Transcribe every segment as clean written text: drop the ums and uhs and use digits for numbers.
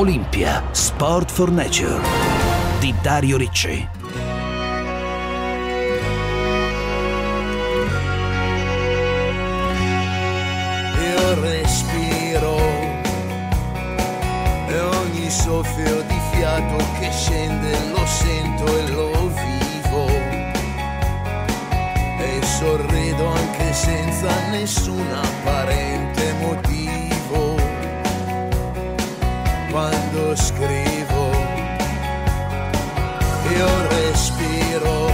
Olimpia Sport for Nature di Dario Ricci. Io respiro e ogni soffio di fiato che scende lo sento e lo vivo e sorrido anche senza nessun apparente motivo quando scrivo. Io respiro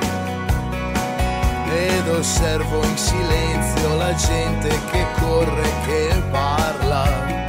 ed osservo in silenzio la gente che corre, che parla.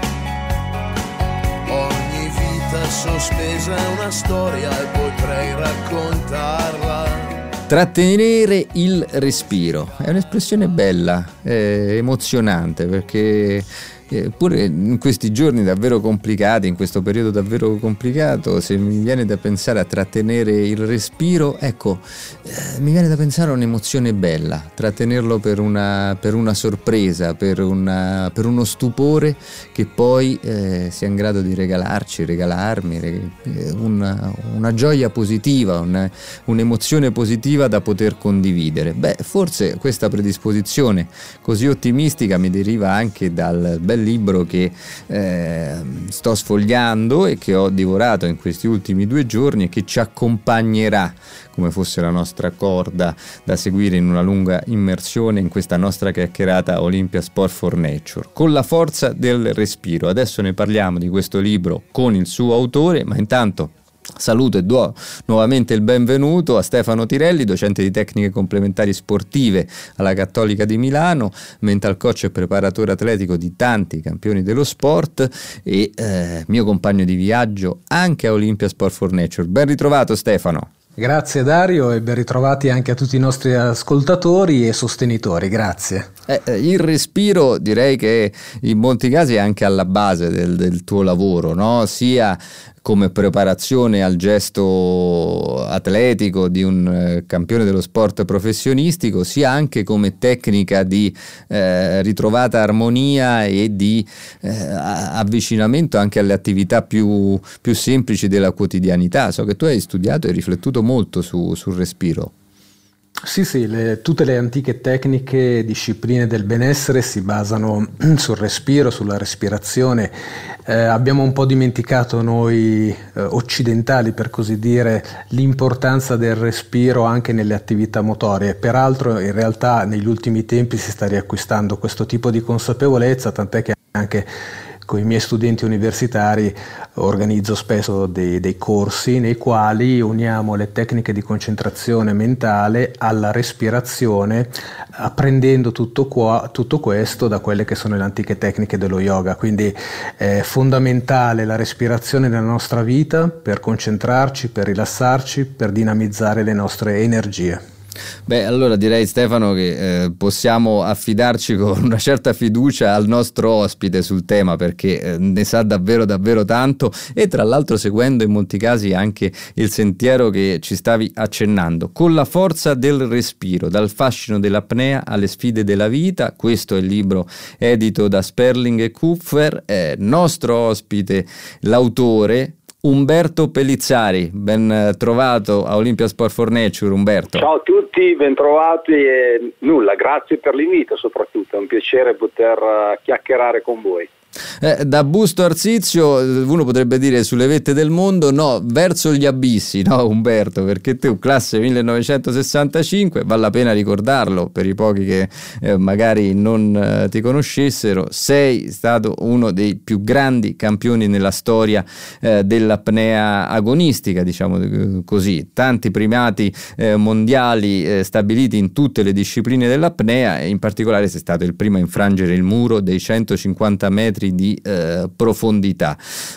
Ogni vita sospesa è una storia e potrei raccontarla. Trattenere il respiro è un'espressione bella, emozionante, perché pure in questi giorni davvero complicati, in questo periodo davvero complicato, se mi viene da pensare a trattenere il respiro, ecco, mi viene da pensare a un'emozione bella, trattenerlo per una sorpresa, per uno stupore che poi sia in grado di regalarmi una gioia positiva, un'emozione positiva da poter condividere. Beh, forse questa predisposizione così ottimistica mi deriva anche dal bel libro che sto sfogliando e che ho divorato in questi ultimi 2 giorni e che ci accompagnerà come fosse la nostra corda da seguire in una lunga immersione in questa nostra chiacchierata Olimpia Sport for Nature, con la forza del respiro. Adesso ne parliamo di questo libro con il suo autore, ma intanto saluto e do nuovamente il benvenuto a Stefano Tirelli, docente di tecniche complementari sportive alla Cattolica di Milano, mental coach e preparatore atletico di tanti campioni dello sport e mio compagno di viaggio anche a Olimpia Sport for Nature. Ben ritrovato Stefano. Grazie Dario e ben ritrovati anche a tutti i nostri ascoltatori e sostenitori, grazie. Il respiro direi che in molti casi è anche alla base del tuo lavoro, no? Sia come preparazione al gesto atletico di un campione dello sport professionistico, sia anche come tecnica di ritrovata armonia e di avvicinamento anche alle attività più semplici della quotidianità. So che tu hai studiato e riflettuto molto sul respiro. Sì, tutte le antiche tecniche e discipline del benessere si basano sul respiro, sulla respirazione. Abbiamo un po' dimenticato noi occidentali, per così dire, l'importanza del respiro anche nelle attività motorie. Peraltro in realtà negli ultimi tempi si sta riacquistando questo tipo di consapevolezza, tant'è che anche con i miei studenti universitari organizzo spesso dei corsi nei quali uniamo le tecniche di concentrazione mentale alla respirazione, apprendendo tutto questo da quelle che sono le antiche tecniche dello yoga. Quindi è fondamentale la respirazione nella nostra vita per concentrarci, per rilassarci, per dinamizzare le nostre energie. Beh, allora direi Stefano che possiamo affidarci con una certa fiducia al nostro ospite sul tema, perché ne sa davvero tanto e tra l'altro seguendo in molti casi anche il sentiero che ci stavi accennando, con la forza del respiro, dal fascino dell'apnea alle sfide della vita. Questo è il libro edito da Sperling e Kupfer. Nostro ospite l'autore Umberto Pellizzari. Ben trovato a Olimpia Sport for Nature, Umberto. Ciao a tutti, ben trovati e grazie per l'invito, soprattutto è un piacere poter chiacchierare con voi. Da Busto Arsizio, uno potrebbe dire sulle vette del mondo, no, verso gli abissi, no Umberto, perché tu classe 1965, vale la pena ricordarlo per i pochi che magari non ti conoscessero, sei stato uno dei più grandi campioni nella storia dell'apnea agonistica, diciamo così, tanti primati mondiali stabiliti in tutte le discipline dell'apnea e in particolare sei stato il primo a infrangere il muro dei 150 metri di profondità.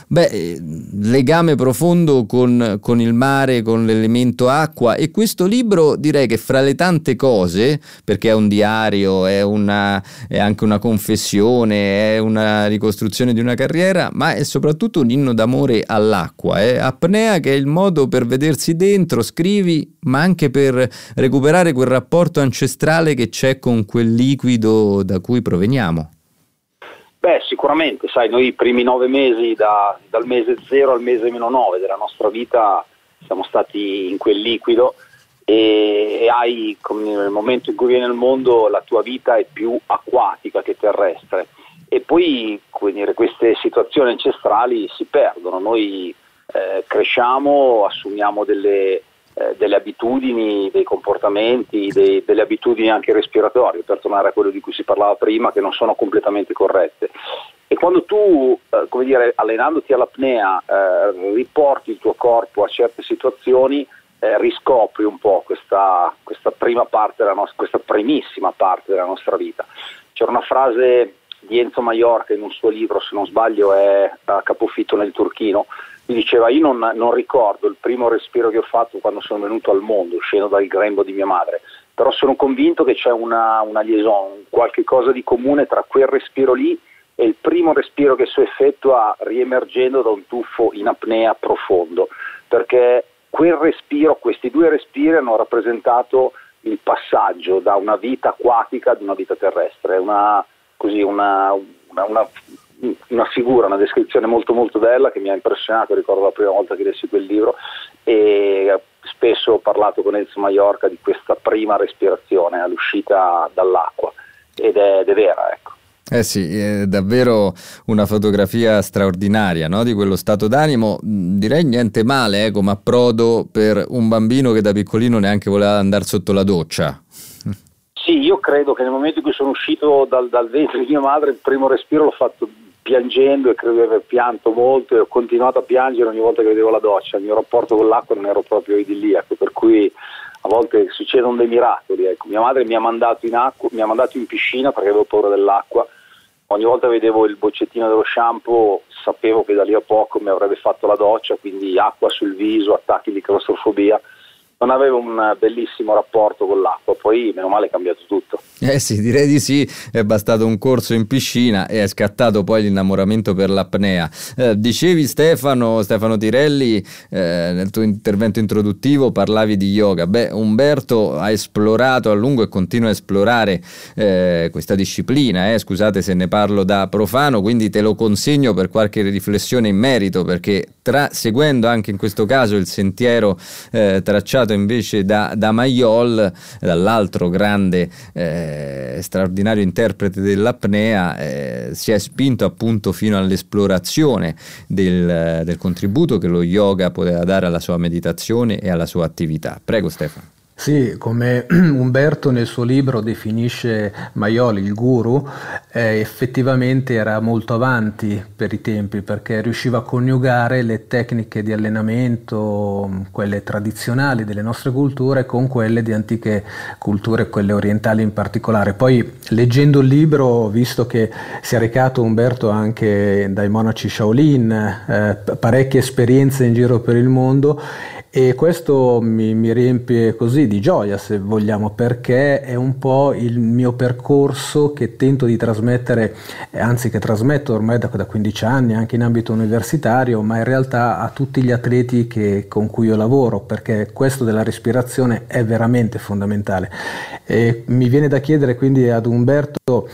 Legame profondo con il mare, con l'elemento acqua, e questo libro direi che fra le tante cose, perché è un diario, è anche una confessione, è una ricostruzione di una carriera, ma è soprattutto un inno d'amore all'acqua. Apnea che è il modo per vedersi dentro, scrivi, ma anche per recuperare quel rapporto ancestrale che c'è con quel liquido da cui proveniamo. Beh, sicuramente, sai, noi i primi 9 mesi, dal mese 0 al mese -9 della nostra vita, siamo stati in quel liquido e hai, nel momento in cui vieni al mondo, la tua vita è più acquatica che terrestre. E poi, come dire, queste situazioni ancestrali si perdono. Noi cresciamo, assumiamo delle abitudini, dei comportamenti, delle abitudini anche respiratorie, per tornare a quello di cui si parlava prima, che non sono completamente corrette. E quando tu, come dire, allenandoti all'apnea, riporti il tuo corpo a certe situazioni, riscopri un po' questa prima parte questa primissima parte della nostra vita. C'era una frase di Enzo Maiorca in un suo libro, se non sbaglio è Capofitto nel Turchino. Mi diceva: io non ricordo il primo respiro che ho fatto quando sono venuto al mondo, uscendo dal grembo di mia madre, però sono convinto che c'è una liaison, qualche cosa di comune tra quel respiro lì e il primo respiro che si effettua riemergendo da un tuffo in apnea profondo, perché questi due respiri hanno rappresentato il passaggio da una vita acquatica ad una vita terrestre. Una figura, una descrizione molto molto bella che mi ha impressionato. Ricordo la prima volta che lessi quel libro, e spesso ho parlato con Enzo Maiorca di questa prima respirazione all'uscita dall'acqua, ed è vera, ecco. Sì, è davvero una fotografia straordinaria, no? Di quello stato d'animo, direi niente male come approdo per un bambino che da piccolino neanche voleva andare sotto la doccia. Sì, io credo che nel momento in cui sono uscito dal ventre di mia madre, il primo respiro l'ho fatto piangendo, e credo di aver pianto molto, e ho continuato a piangere ogni volta che vedevo la doccia. Il mio rapporto con l'acqua non era proprio idilliaco, per cui a volte succedono dei miracoli, ecco. Mia madre mi ha mandato in piscina perché avevo paura dell'acqua. Ogni volta vedevo il boccettino dello shampoo, sapevo che da lì a poco mi avrebbe fatto la doccia, quindi acqua sul viso, attacchi di claustrofobia. Non avevo un bellissimo rapporto con l'acqua, poi meno male è cambiato tutto. Sì, direi di sì, è bastato un corso in piscina e è scattato poi l'innamoramento per l'apnea. Dicevi Stefano Tirelli, nel tuo intervento introduttivo parlavi di yoga. Umberto ha esplorato a lungo e continua a esplorare questa disciplina, scusate se ne parlo da profano, quindi te lo consegno per qualche riflessione in merito, perché seguendo anche in questo caso il sentiero tracciato invece da Mayol, dall'altro grande straordinario interprete dell'apnea, si è spinto appunto fino all'esplorazione del contributo che lo yoga poteva dare alla sua meditazione e alla sua attività. Prego Stefano. Sì, come Umberto nel suo libro definisce Mayol il guru, effettivamente era molto avanti per i tempi, perché riusciva a coniugare le tecniche di allenamento, quelle tradizionali delle nostre culture, con quelle di antiche culture, quelle orientali in particolare. Poi leggendo il libro ho visto che si è recato Umberto anche dai monaci Shaolin, parecchie esperienze in giro per il mondo, e questo mi riempie così di gioia, se vogliamo, perché è un po' il mio percorso che tento di trasmettere, anzi che trasmetto ormai da 15 anni anche in ambito universitario, ma in realtà a tutti gli atleti con cui io lavoro, perché questo della respirazione è veramente fondamentale. E mi viene da chiedere quindi ad Umberto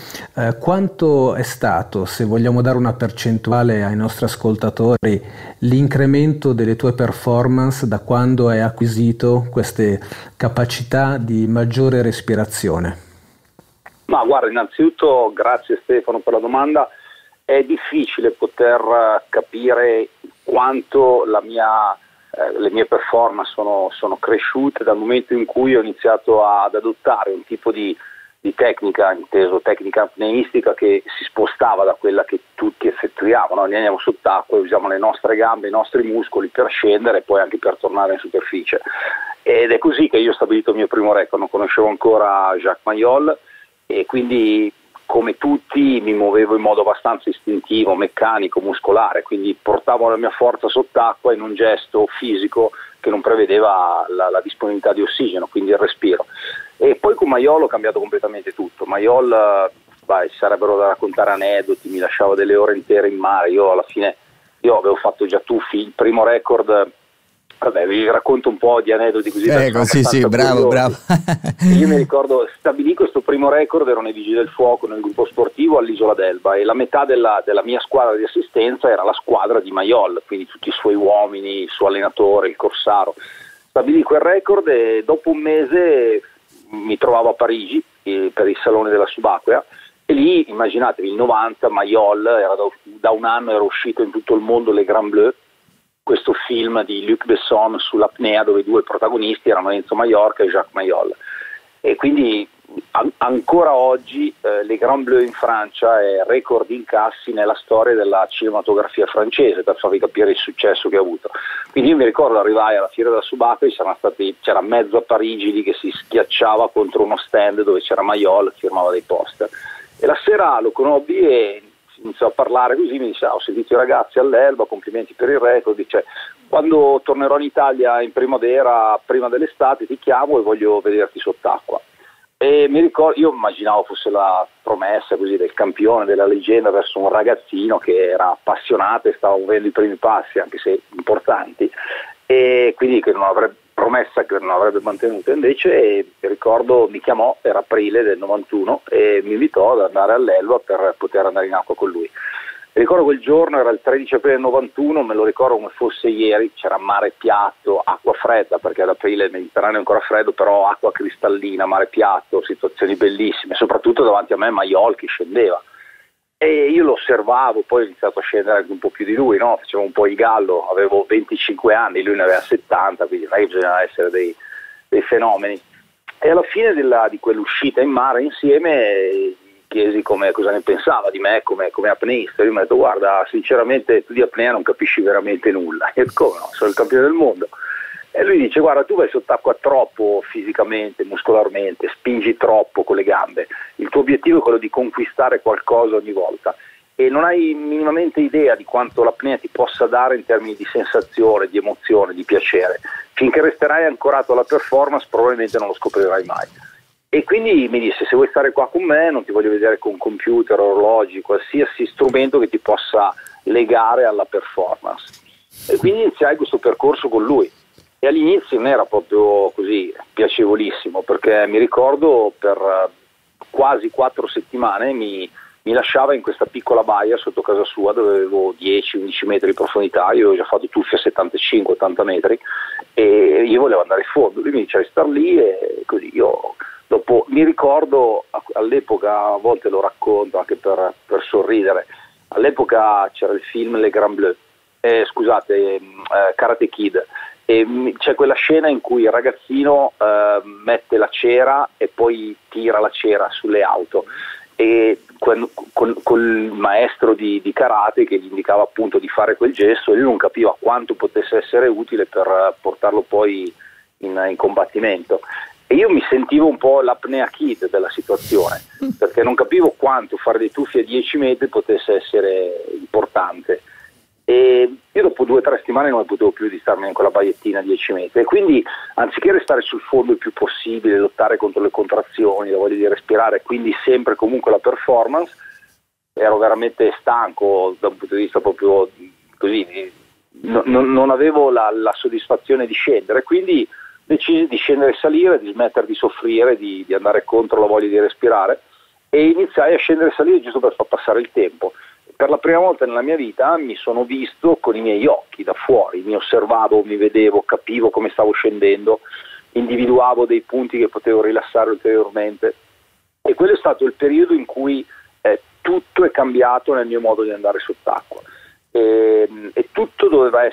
quanto è stato, se vogliamo dare una percentuale ai nostri ascoltatori, l'incremento delle tue performance da quando hai acquisito queste capacità di maggiore respirazione. Ma guarda, innanzitutto grazie Stefano per la domanda. È difficile poter capire quanto le mie performance sono cresciute dal momento in cui ho iniziato ad adottare un tipo di tecnica, inteso tecnica apneistica, che si spostava da quella che tutti effettuiamo, no? Noi andiamo sott'acqua e usiamo le nostre gambe, i nostri muscoli per scendere e poi anche per tornare in superficie, ed è così che io ho stabilito il mio primo record. Non conoscevo ancora Jacques Mayol e quindi, come tutti, mi muovevo in modo abbastanza istintivo, meccanico, muscolare, quindi portavo la mia forza sott'acqua in un gesto fisico che non prevedeva la disponibilità di ossigeno, quindi il respiro. E poi con Mayol ho cambiato completamente tutto. Mayol, ci sarebbero da raccontare aneddoti, mi lasciava delle ore intere in mare. Io avevo fatto già tuffi. Il primo record Vabbè, vi racconto un po' di aneddoti così. Sì, bravo. Io mi ricordo, stabilì questo primo record, ero nei Vigili del Fuoco nel gruppo sportivo all'Isola d'Elba, e la metà della mia squadra di assistenza era la squadra di Mayol, quindi tutti i suoi uomini, il suo allenatore, il corsaro. Stabilì quel record e dopo un mese mi trovavo a Parigi per il Salone della Subacquea, e lì, immaginatevi, il 90, Mayol, da un anno era uscito in tutto il mondo Le Grand Bleu, questo film di Luc Besson sull'apnea, dove i due protagonisti erano Enzo Maiorca e Jacques Mayol, e quindi ancora oggi Les Grand Bleu in Francia è record di incassi nella storia della cinematografia francese, per farvi capire il successo che ha avuto. Quindi io mi ricordo, arrivai alla Fiera della Subacquea, c'era mezzo a Parigi lì che si schiacciava contro uno stand dove c'era Mayol, firmava dei poster, e la sera lo conobbi e iniziò a parlare così, mi dice: ho sentito i ragazzi all'Elba, complimenti per il record, dice: quando tornerò in Italia in primavera, prima dell'estate, ti chiamo e voglio vederti sott'acqua. E mi ricordo, io immaginavo fosse la promessa così del campione, della leggenda, verso un ragazzino che era appassionato e stava muovendo i primi passi, anche se importanti, e quindi che non avrebbe promessa che non avrebbe mantenuto. Invece ricordo, mi chiamò, era aprile del 91, e mi invitò ad andare all'Elba per poter andare in acqua con lui. Ricordo quel giorno, era il 13 aprile del 91, me lo ricordo come fosse ieri, c'era mare piatto, acqua fredda, perché ad aprile il Mediterraneo è ancora freddo, però acqua cristallina, mare piatto, situazioni bellissime, soprattutto davanti a me Mayol che scendeva. E io lo osservavo, poi ho iniziato a scendere anche un po' più di lui, no? Facevo un po' il gallo, avevo 25 anni, lui ne aveva 70, quindi non è che bisognava essere dei fenomeni. E alla fine di quell'uscita in mare insieme chiesi cosa ne pensava di me come apneista. Io mi ho detto: guarda, sinceramente tu di apnea non capisci veramente nulla. E come no, sono il campione del mondo. E lui dice: guarda, tu vai sott'acqua troppo fisicamente, muscolarmente, spingi troppo con le gambe, il tuo obiettivo è quello di conquistare qualcosa ogni volta e non hai minimamente idea di quanto l'apnea ti possa dare in termini di sensazione, di emozione, di piacere. Finché resterai ancorato alla performance probabilmente non lo scoprirai mai. E quindi mi disse: se vuoi stare qua con me non ti voglio vedere con computer, orologi, qualsiasi strumento che ti possa legare alla performance. E quindi iniziai questo percorso con lui. E all'inizio non era proprio così piacevolissimo, perché mi ricordo per quasi 4 settimane mi lasciava in questa piccola baia sotto casa sua, dove avevo 10-11 metri di profondità. Io avevo già fatto tuffi a 75-80 metri e io volevo andare in fondo. Lui mi diceva di star lì, e così io dopo mi ricordo all'epoca, a volte lo racconto anche per sorridere, all'epoca c'era il film Les Grand Bleu, Karate Kid, e c'è quella scena in cui il ragazzino mette la cera e poi tira la cera sulle auto, e col maestro di karate che gli indicava appunto di fare quel gesto, e lui non capiva quanto potesse essere utile per portarlo poi in combattimento. E io mi sentivo un po' l'apnea kid della situazione, perché non capivo quanto fare dei tuffi a 10 metri potesse essere importante. E io dopo 2 o 3 settimane non ne potevo più di starmi in quella baiettina a 10 metri, e quindi anziché restare sul fondo il più possibile, lottare contro le contrazioni, la voglia di respirare, quindi sempre comunque la performance, ero veramente stanco da un punto di vista proprio così, non avevo la soddisfazione di scendere, quindi decisi di scendere e salire, di smettere di soffrire, di andare contro la voglia di respirare, e iniziai a scendere e salire giusto per far passare il tempo. Per la prima volta nella mia vita mi sono visto con i miei occhi da fuori, mi osservavo, mi vedevo, capivo come stavo scendendo, individuavo dei punti che potevo rilassare ulteriormente, e quello è stato il periodo in cui tutto è cambiato nel mio modo di andare sott'acqua, e tutto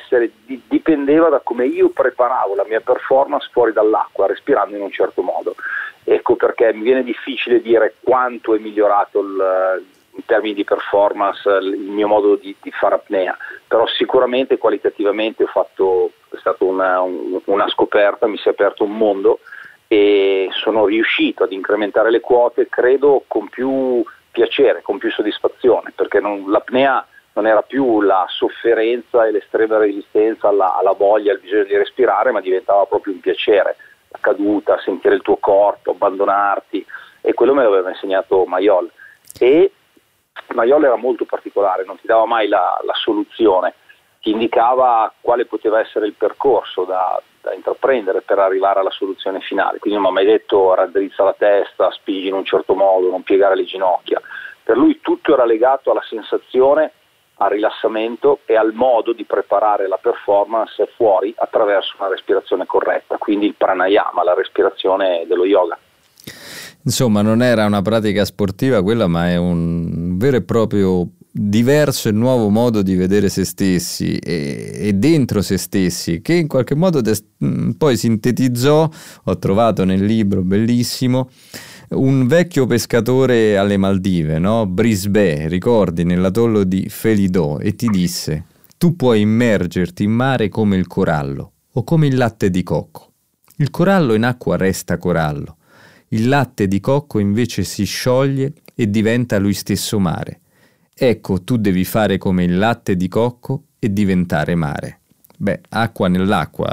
dipendeva da come io preparavo la mia performance fuori dall'acqua, respirando in un certo modo. Ecco perché mi viene difficile dire quanto è migliorato in termini di performance il mio modo di fare apnea, però sicuramente qualitativamente è stata una scoperta, mi si è aperto un mondo e sono riuscito ad incrementare le quote, credo, con più piacere, con più soddisfazione, perché l'apnea non era più la sofferenza e l'estrema resistenza alla voglia, al bisogno di respirare, ma diventava proprio un piacere, la caduta, sentire il tuo corpo, abbandonarti, e quello me l'aveva insegnato Mayol. E Mayol era molto particolare, non ti dava mai la soluzione, ti indicava quale poteva essere il percorso da intraprendere per arrivare alla soluzione finale. Quindi non mi ha mai detto raddrizza la testa, spingi in un certo modo, non piegare le ginocchia. Per lui tutto era legato alla sensazione, al rilassamento e al modo di preparare la performance fuori attraverso una respirazione corretta, quindi il pranayama, la respirazione dello yoga. Insomma, non era una pratica sportiva quella, ma è un vero e proprio diverso e nuovo modo di vedere se stessi e dentro se stessi, che in qualche modo poi sintetizzò, ho trovato nel libro bellissimo, un vecchio pescatore alle Maldive, no? Brisbane, ricordi, nell'atollo di Felidò, e ti disse: tu puoi immergerti in mare come il corallo o come il latte di cocco. Il corallo in acqua resta corallo, il latte di cocco invece si scioglie e diventa lui stesso mare. Ecco, tu devi fare come il latte di cocco e diventare mare. Beh, acqua nell'acqua.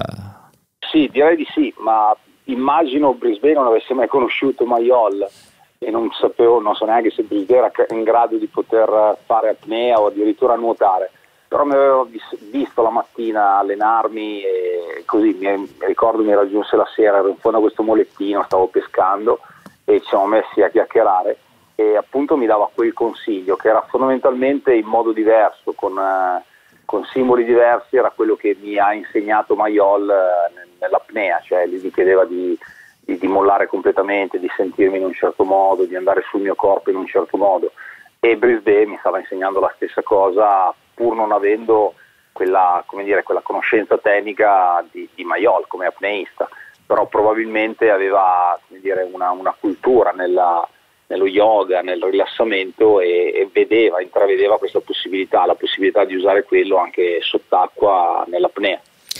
Sì, direi di sì, ma immagino Brisbane non avesse mai conosciuto Mayol e non so neanche se Brisbane era in grado di poter fare apnea o addirittura nuotare, però mi avevo visto la mattina allenarmi e così ricordo mi raggiunse la sera, ero in fondo a questo molettino, stavo pescando e ci siamo messi a chiacchierare e appunto mi dava quel consiglio che era fondamentalmente in modo diverso, con simboli diversi, era quello che mi ha insegnato Mayol nell'apnea, cioè lui mi chiedeva di mollare completamente, di sentirmi in un certo modo, di andare sul mio corpo in un certo modo, e Brisbane mi stava insegnando la stessa cosa pur non avendo quella conoscenza tecnica di Mayol come apneista, però probabilmente aveva una cultura nello yoga, nel rilassamento e intravedeva questa possibilità, la possibilità di usare quello anche sott'acqua nell'apnea.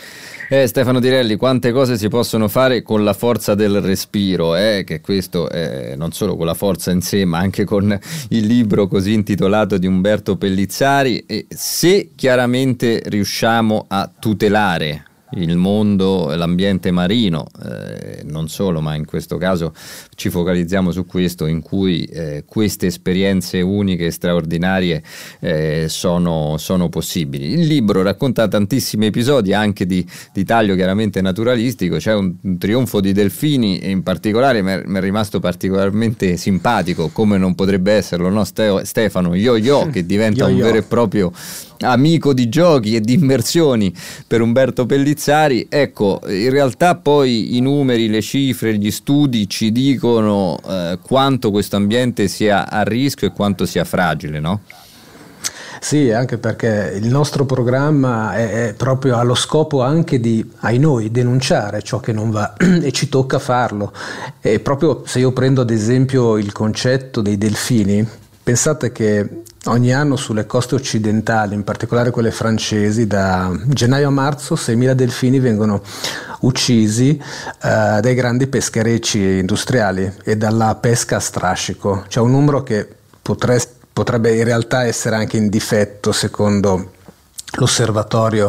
Stefano Tirelli, quante cose si possono fare con la forza del respiro, che questo non solo con la forza in sé ma anche con il libro così intitolato di Umberto Pellizzari, e se chiaramente riusciamo a tutelare il mondo e l'ambiente marino, non solo, ma in questo caso ci focalizziamo su questo, in cui queste esperienze uniche e straordinarie sono possibili. Il libro racconta tantissimi episodi anche di taglio chiaramente naturalistico. C'è un trionfo di delfini e in particolare mi è rimasto particolarmente simpatico, come non potrebbe esserlo, no, Stefano, Yo-Yo, che diventa un vero e proprio amico di giochi e di immersioni per Umberto Pellizzari. Ecco, in realtà poi i numeri, le cifre, gli studi ci dicono quanto questo ambiente sia a rischio e quanto sia fragile, no? Sì, anche perché il nostro programma è proprio allo scopo anche di, ai noi, denunciare ciò che non va e ci tocca farlo. E proprio se io prendo ad esempio il concetto dei delfini, pensate che ogni anno sulle coste occidentali, in particolare quelle francesi, da gennaio a marzo 6.000 delfini vengono uccisi dai grandi pescherecci industriali e dalla pesca a strascico. C'è un numero che potrebbe in realtà essere anche in difetto secondo l'osservatorio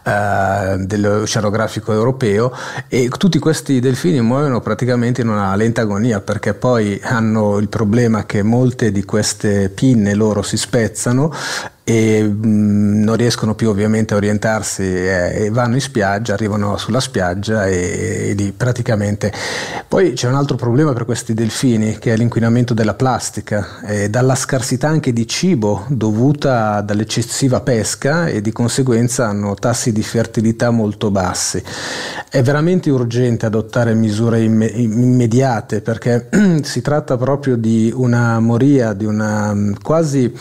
dell'oceanografico europeo, e tutti questi delfini muoiono praticamente in una lenta agonia, perché poi hanno il problema che molte di queste pinne loro si spezzano e non riescono più ovviamente a orientarsi e vanno in spiaggia, arrivano sulla spiaggia e lì praticamente. Poi c'è un altro problema per questi delfini, che è l'inquinamento della plastica e dalla scarsità anche di cibo dovuta dall'eccessiva pesca, e di conseguenza hanno tassi di fertilità molto bassi. È veramente urgente adottare misure immediate, perché si tratta proprio di una moria, di una quasi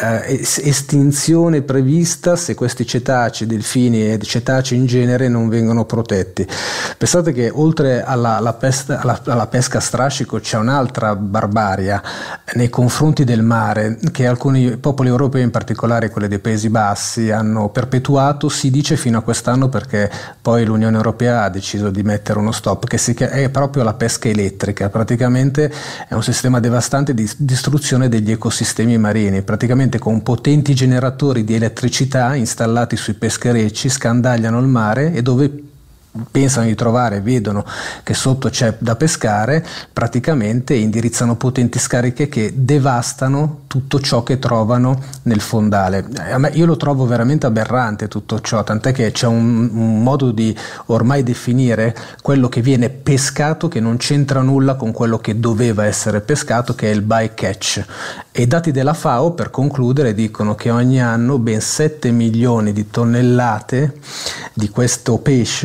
estinzione prevista se questi cetacei, delfini e cetacei in genere, non vengono protetti. Pensate che oltre alla pesca a strascico c'è un'altra barbaria nei confronti del mare, che alcuni popoli europei, in particolare quelli dei Paesi Bassi, hanno perpetuato, si dice fino a quest'anno, perché poi l'Unione Europea ha deciso di mettere uno stop, che è proprio la pesca elettrica. Praticamente è un sistema devastante di distruzione degli ecosistemi marini, praticamente con potenti generatori di elettricità installati sui pescherecci scandagliano il mare, e dove pensano di trovare, vedono che sotto c'è da pescare, praticamente indirizzano potenti scariche che devastano tutto ciò che trovano nel fondale. Io lo trovo veramente aberrante tutto ciò, tant'è che c'è un modo di ormai definire quello che viene pescato che non c'entra nulla con quello che doveva essere pescato, che è il bycatch. E i dati della FAO, per concludere, dicono che ogni anno ben 7 milioni di tonnellate di questo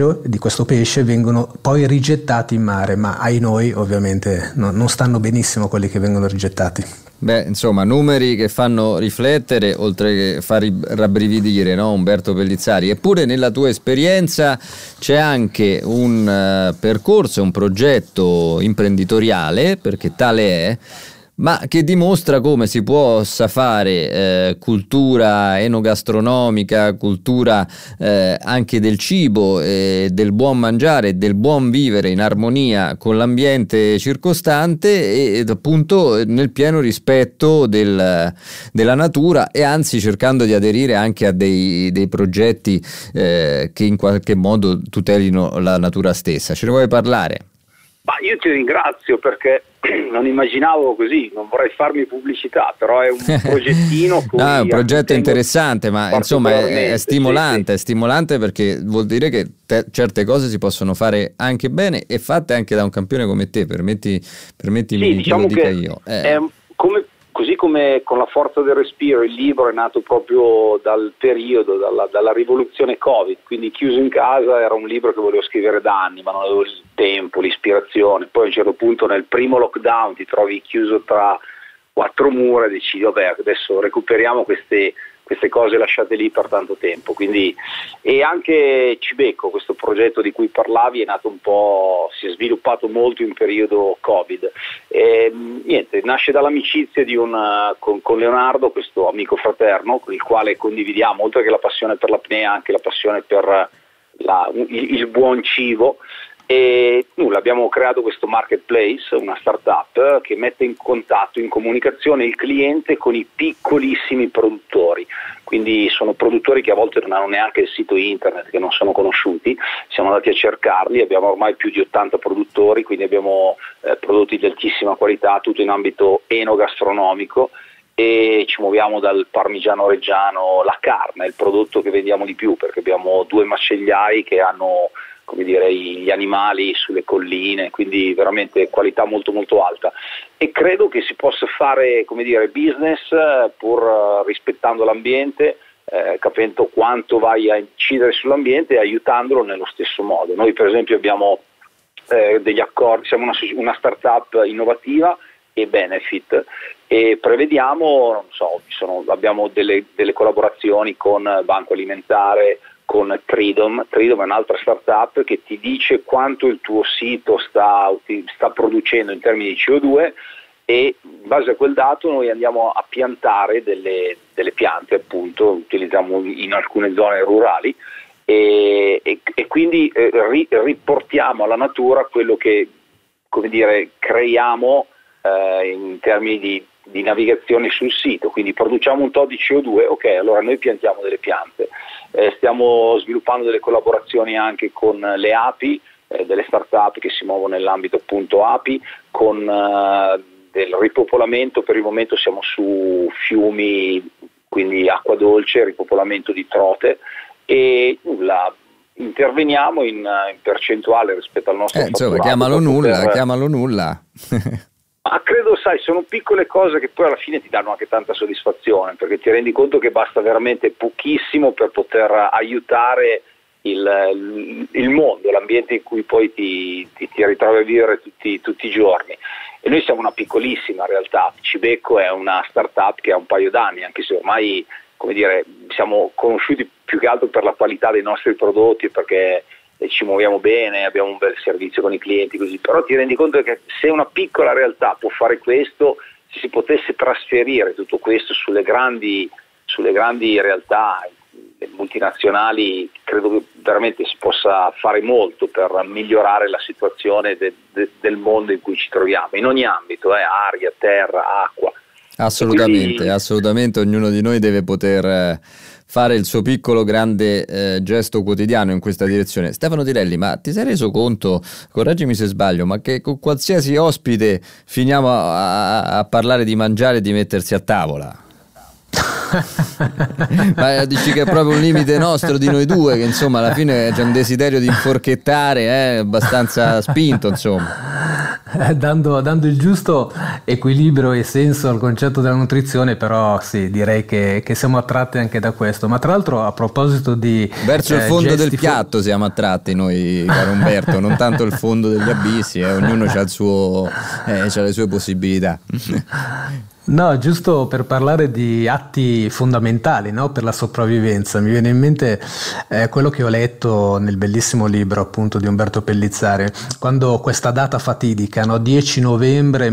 pesce vengono poi rigettati in mare, ma ai noi ovviamente non stanno benissimo quelli che vengono rigettati. Beh, insomma, numeri che fanno riflettere oltre che far rabbrividire, no, Umberto Pellizzari? Eppure nella tua esperienza c'è anche un percorso, un progetto imprenditoriale, perché tale è, ma che dimostra come si possa fare cultura enogastronomica, cultura anche del cibo, del buon mangiare, del buon vivere in armonia con l'ambiente circostante e appunto nel pieno rispetto della natura, e anzi cercando di aderire anche a dei progetti che in qualche modo tutelino la natura stessa. Ce ne vuoi parlare? Ma io ti ringrazio, perché non immaginavo così, non vorrei farmi pubblicità, però è un progettino. No, è un progetto interessante, ma insomma è stimolante, sì. È stimolante perché vuol dire che certe cose si possono fare anche bene e fatte anche da un campione come te, permettimi sì, diciamo lo dica io. Così come con la forza del respiro, il libro è nato proprio dal periodo, dalla rivoluzione Covid, quindi chiuso in casa era un libro che volevo scrivere da anni, ma non avevo il tempo, l'ispirazione. Poi a un certo punto nel primo lockdown ti trovi chiuso tra 4 mura e decidi, vabbè, adesso recuperiamo queste cose lasciate lì per tanto tempo. Quindi, e anche Cibecco, questo progetto di cui parlavi, è nato un po', si è sviluppato molto in periodo Covid. Niente, nasce dall'amicizia con Leonardo, questo amico fraterno con il quale condividiamo, oltre che la passione per l'apnea, anche la passione per il buon cibo. E abbiamo creato questo marketplace, una startup che mette in contatto, in comunicazione il cliente con i piccolissimi produttori. Quindi sono produttori che a volte non hanno neanche il sito internet, che non sono conosciuti. Siamo andati a cercarli, abbiamo ormai più di 80 produttori, quindi abbiamo prodotti di altissima qualità, tutto in ambito enogastronomico, e ci muoviamo dal parmigiano reggiano. La carne è il prodotto che vendiamo di più, perché abbiamo 2 macegliai che hanno, come dire, gli animali sulle colline, quindi veramente qualità molto molto alta. E credo che si possa fare, come dire, business pur rispettando l'ambiente, capendo quanto vai a incidere sull'ambiente e aiutandolo nello stesso modo. Noi per esempio abbiamo degli accordi, siamo una startup innovativa e benefit, e prevediamo, abbiamo delle collaborazioni con Banco Alimentare, con Tridom è un'altra startup che ti dice quanto il tuo sito sta producendo in termini di CO2, e in base a quel dato noi andiamo a piantare delle piante, appunto, utilizziamo in alcune zone rurali, e quindi riportiamo alla natura quello che, come dire, creiamo in termini di navigazione sul sito. Quindi produciamo un tot di CO2, ok, allora noi piantiamo delle piante. Stiamo sviluppando delle collaborazioni anche con le api, delle start-up che si muovono nell'ambito appunto api, con del ripopolamento. Per il momento siamo su fiumi, quindi acqua dolce, ripopolamento di trote, e interveniamo in percentuale rispetto al nostro fatturato. Insomma, chiamalo nulla. Ma credo, sai, sono piccole cose che poi alla fine ti danno anche tanta soddisfazione, perché ti rendi conto che basta veramente pochissimo per poter aiutare il mondo, l'ambiente in cui poi ti ritrovi a vivere tutti i giorni. E noi siamo una piccolissima realtà. Cibecco è una startup che ha un paio d'anni, anche se ormai, come dire, siamo conosciuti più che altro per la qualità dei nostri prodotti, perché ci muoviamo bene, abbiamo un bel servizio con i clienti, così. Però ti rendi conto che se una piccola realtà può fare questo, se si potesse trasferire tutto questo sulle grandi realtà multinazionali, credo che veramente si possa fare molto per migliorare la situazione del mondo in cui ci troviamo, in ogni ambito, aria, terra, acqua. Assolutamente, ognuno di noi deve poter fare il suo piccolo grande gesto quotidiano in questa direzione. Stefano Tirelli, ma ti sei reso conto, correggimi se sbaglio, ma che con qualsiasi ospite finiamo a parlare di mangiare e di mettersi a tavola? Ma dici che è proprio un limite nostro di noi due, che insomma alla fine c'è un desiderio di inforchettare abbastanza spinto, insomma, dando il giusto equilibrio e senso al concetto della nutrizione. Però sì, direi che siamo attratti anche da questo. Ma tra l'altro, a proposito di verso il fondo del piatto siamo attratti noi, caro Umberto, non tanto il fondo degli abissi, ognuno ha il suo c'ha le sue possibilità. No, giusto per parlare di atti fondamentali, no, per la sopravvivenza, mi viene in mente quello che ho letto nel bellissimo libro appunto di Umberto Pellizzari, quando questa data fatidica, no, 10 novembre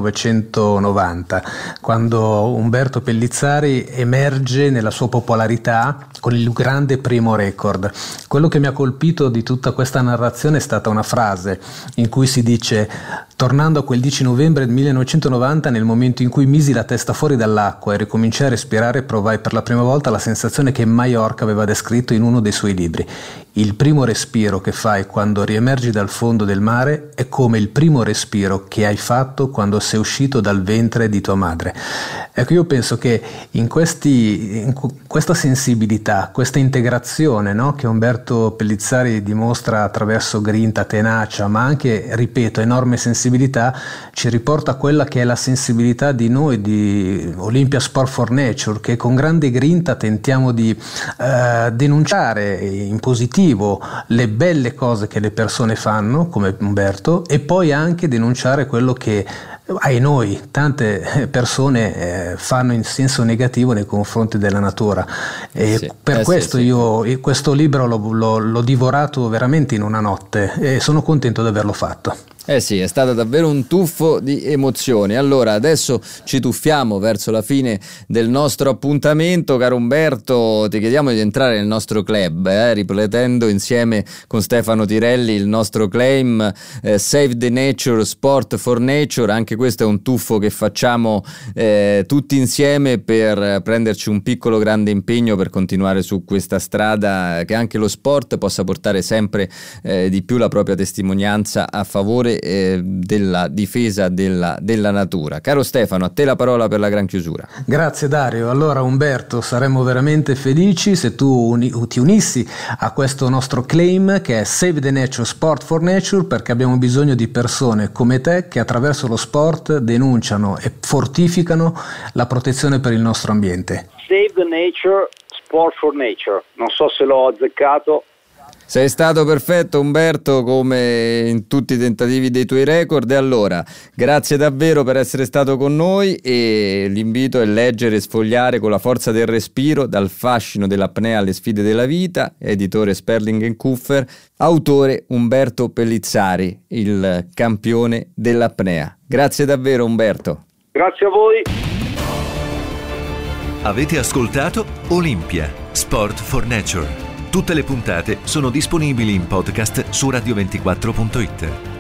1990, quando Umberto Pellizzari emerge nella sua popolarità con il grande primo record. Quello che mi ha colpito di tutta questa narrazione è stata una frase in cui si dice: tornando a quel 10 novembre 1990, nel momento in cui misi la testa fuori dall'acqua e ricominciai a respirare, provai per la prima volta la sensazione che Maiorca aveva descritto in uno dei suoi libri. Il primo respiro che fai quando riemergi dal fondo del mare è come il primo respiro che hai fatto quando sei uscito dal ventre di tua madre. Ecco, io penso che in questa sensibilità, questa integrazione, no, che Umberto Pellizzari dimostra attraverso grinta, tenacia, ma anche, ripeto, enorme sensibilità, ci riporta a quella che è la sensibilità di noi di Olympia Sport for Nature, che con grande grinta tentiamo di denunciare in positivo le belle cose che le persone fanno, come Umberto, e poi anche denunciare quello che noi tante persone fanno in senso negativo nei confronti della natura. E per questo io questo libro l'ho divorato veramente in una notte e sono contento di averlo fatto. Sì, è stato davvero un tuffo di emozioni. Allora, adesso ci tuffiamo verso la fine del nostro appuntamento. Caro Umberto, ti chiediamo di entrare nel nostro club, ripetendo insieme con Stefano Tirelli il nostro claim Save the Nature, Sport for Nature. Anche questo è un tuffo che facciamo tutti insieme per prenderci un piccolo grande impegno per continuare su questa strada, che anche lo sport possa portare sempre di più la propria testimonianza a favore della difesa della natura. Caro Stefano, a te la parola per la gran chiusura. Grazie Dario. Allora Umberto, saremmo veramente felici se tu ti unissi a questo nostro claim che è Save the Nature, Sport for Nature, perché abbiamo bisogno di persone come te che attraverso lo sport denunciano e fortificano la protezione per il nostro ambiente. Save the Nature, Sport for Nature. Non so se l'ho azzeccato. Sei stato perfetto Umberto, come in tutti i tentativi dei tuoi record. E allora, grazie davvero per essere stato con noi, e l'invito è leggere e sfogliare Con la forza del respiro, dal fascino dell'apnea alle sfide della vita, editore Sperling & Kuffer, autore Umberto Pellizzari, il campione dell'apnea. Grazie davvero Umberto. Grazie a voi. Avete ascoltato Olympia, Sport for Nature. Tutte le puntate sono disponibili in podcast su radio24.it.